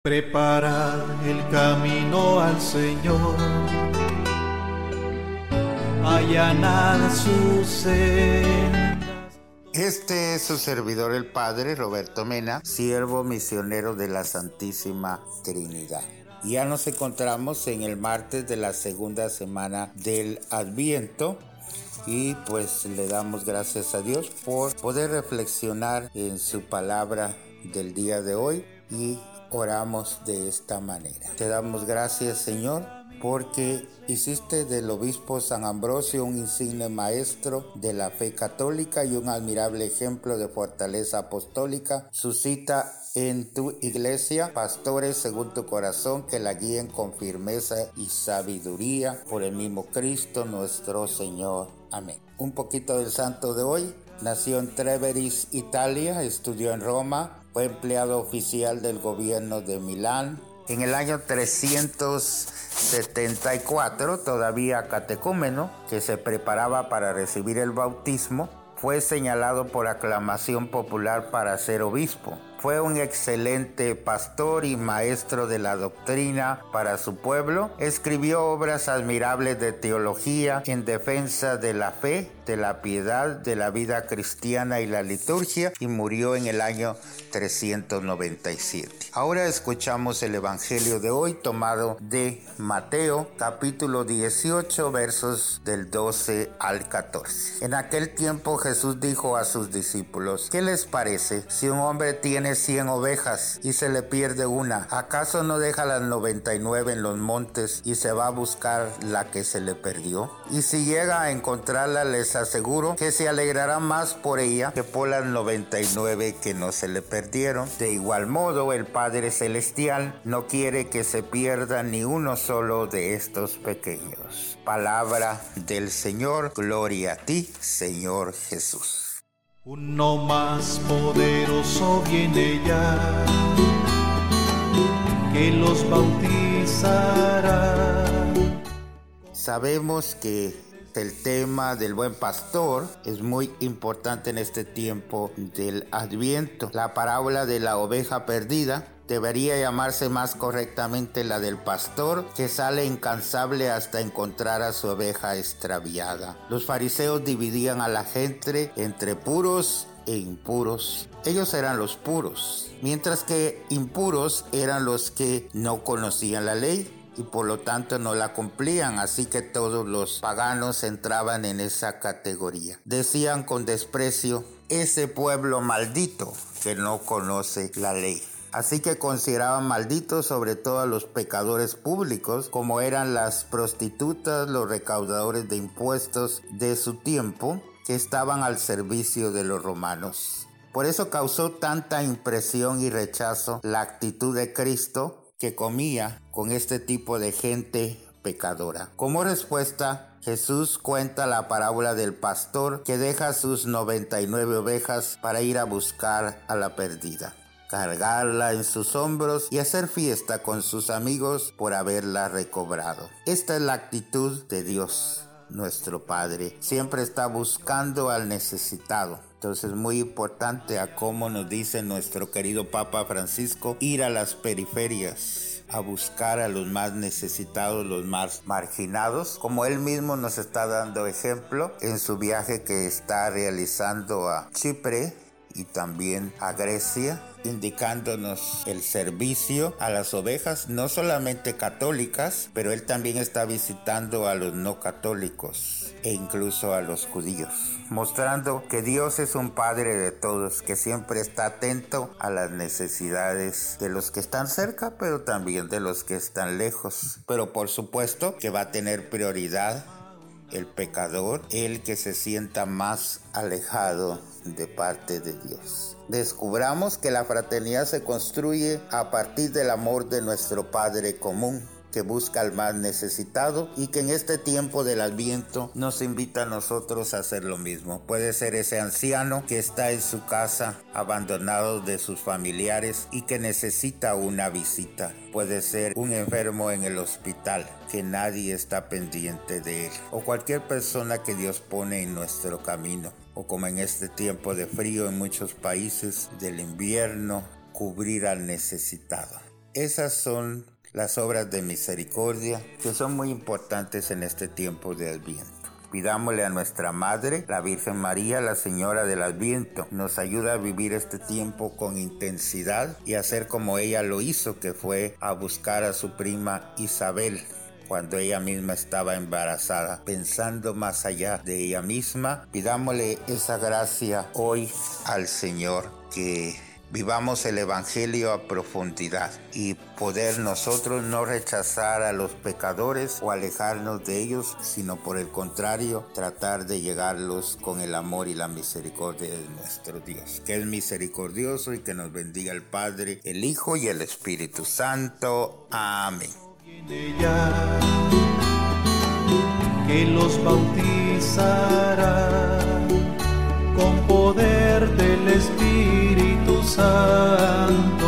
Preparad el camino al Señor, allanad sus sendas. Este es su servidor el Padre Roberto Mena, siervo misionero de la Santísima Trinidad. Ya nos encontramos en el martes de la segunda semana del Adviento y pues le damos gracias a Dios por poder reflexionar en su palabra del día de hoy y oramos de esta manera. Te damos gracias, Señor, porque hiciste del obispo San Ambrosio un insigne maestro de la fe católica y un admirable ejemplo de fortaleza apostólica. Suscita en tu iglesia pastores según tu corazón que la guíen con firmeza y sabiduría por el mismo Cristo nuestro Señor. Amén. Un poquito del santo de hoy. Nació en Treveris, Italia, estudió en Roma, fue empleado oficial del gobierno de Milán. En el año 374, todavía catecúmeno, que se preparaba para recibir el bautismo, fue señalado por aclamación popular para ser obispo. Fue un excelente pastor y maestro de la doctrina para su pueblo. Escribió obras admirables de teología en defensa de la fe, de la piedad, de la vida cristiana y la liturgia, y murió en el año 397. Ahora escuchamos el Evangelio de hoy tomado de Mateo, capítulo 18, versos del 12 al 14. En aquel tiempo Jesús dijo a sus discípulos: ¿qué les parece si un hombre tiene 100 ovejas y se le pierde una? ¿Acaso no deja las 99 en los montes y se va a buscar la que se le perdió? Y si llega a encontrarla, les aseguro que se alegrará más por ella que por las 99 que no se le perdieron. De igual modo, el Padre Celestial no quiere que se pierda ni uno solo de estos pequeños. Palabra del Señor. Gloria a ti, Señor Jesús. Uno más poderoso viene ya, que los bautizará. Sabemos que el tema del buen pastor es muy importante en este tiempo del Adviento. La parábola de la oveja perdida debería llamarse más correctamente la del pastor que sale incansable hasta encontrar a su oveja extraviada. Los fariseos dividían a la gente entre puros e impuros. Ellos eran los puros, mientras que impuros eran los que no conocían la ley y por lo tanto no la cumplían, así que todos los paganos entraban en esa categoría. Decían con desprecio: ese pueblo maldito que no conoce la ley. Así que consideraban malditos sobre todo a los pecadores públicos, como eran las prostitutas, los recaudadores de impuestos de su tiempo, que estaban al servicio de los romanos. Por eso causó tanta impresión y rechazo la actitud de Cristo, que comía con este tipo de gente pecadora. Como respuesta, Jesús cuenta la parábola del pastor que deja sus 99 ovejas para ir a buscar a la perdida, cargarla en sus hombros y hacer fiesta con sus amigos por haberla recobrado. Esta es la actitud de Dios, nuestro Padre. Siempre está buscando al necesitado. Entonces es muy importante, a cómo nos dice nuestro querido Papa Francisco, ir a las periferias, a buscar a los más necesitados, los más marginados, como él mismo nos está dando ejemplo en su viaje que está realizando a Chipre y también a Grecia, indicándonos el servicio a las ovejas, no solamente católicas, pero él también está visitando a los no católicos e incluso a los judíos, mostrando que Dios es un Padre de todos, que siempre está atento a las necesidades de los que están cerca, pero también de los que están lejos. Pero por supuesto que va a tener prioridad el pecador, el que se sienta más alejado de parte de Dios. Descubramos que la fraternidad se construye a partir del amor de nuestro Padre común, que busca al más necesitado y que en este tiempo del Adviento nos invita a nosotros a hacer lo mismo. Puede ser ese anciano que está en su casa abandonado de sus familiares y que necesita una visita. Puede ser un enfermo en el hospital que nadie está pendiente de él, o cualquier persona que Dios pone en nuestro camino, o como en este tiempo de frío en muchos países del invierno, cubrir al necesitado. Esas son las obras de misericordia que son muy importantes en este tiempo de Adviento. Pidámosle a nuestra Madre, la Virgen María, la Señora del Adviento, nos ayuda a vivir este tiempo con intensidad y hacer como ella lo hizo, que fue a buscar a su prima Isabel cuando ella misma estaba embarazada, pensando más allá de ella misma. Pidámosle esa gracia hoy al Señor, que vivamos el Evangelio a profundidad y poder nosotros no rechazar a los pecadores o alejarnos de ellos, sino por el contrario, tratar de llegarlos con el amor y la misericordia de nuestro Dios, que es misericordioso y que nos bendiga el Padre, el Hijo y el Espíritu Santo. Amén. Ya, que los bautizará con poder del Espíritu Santo.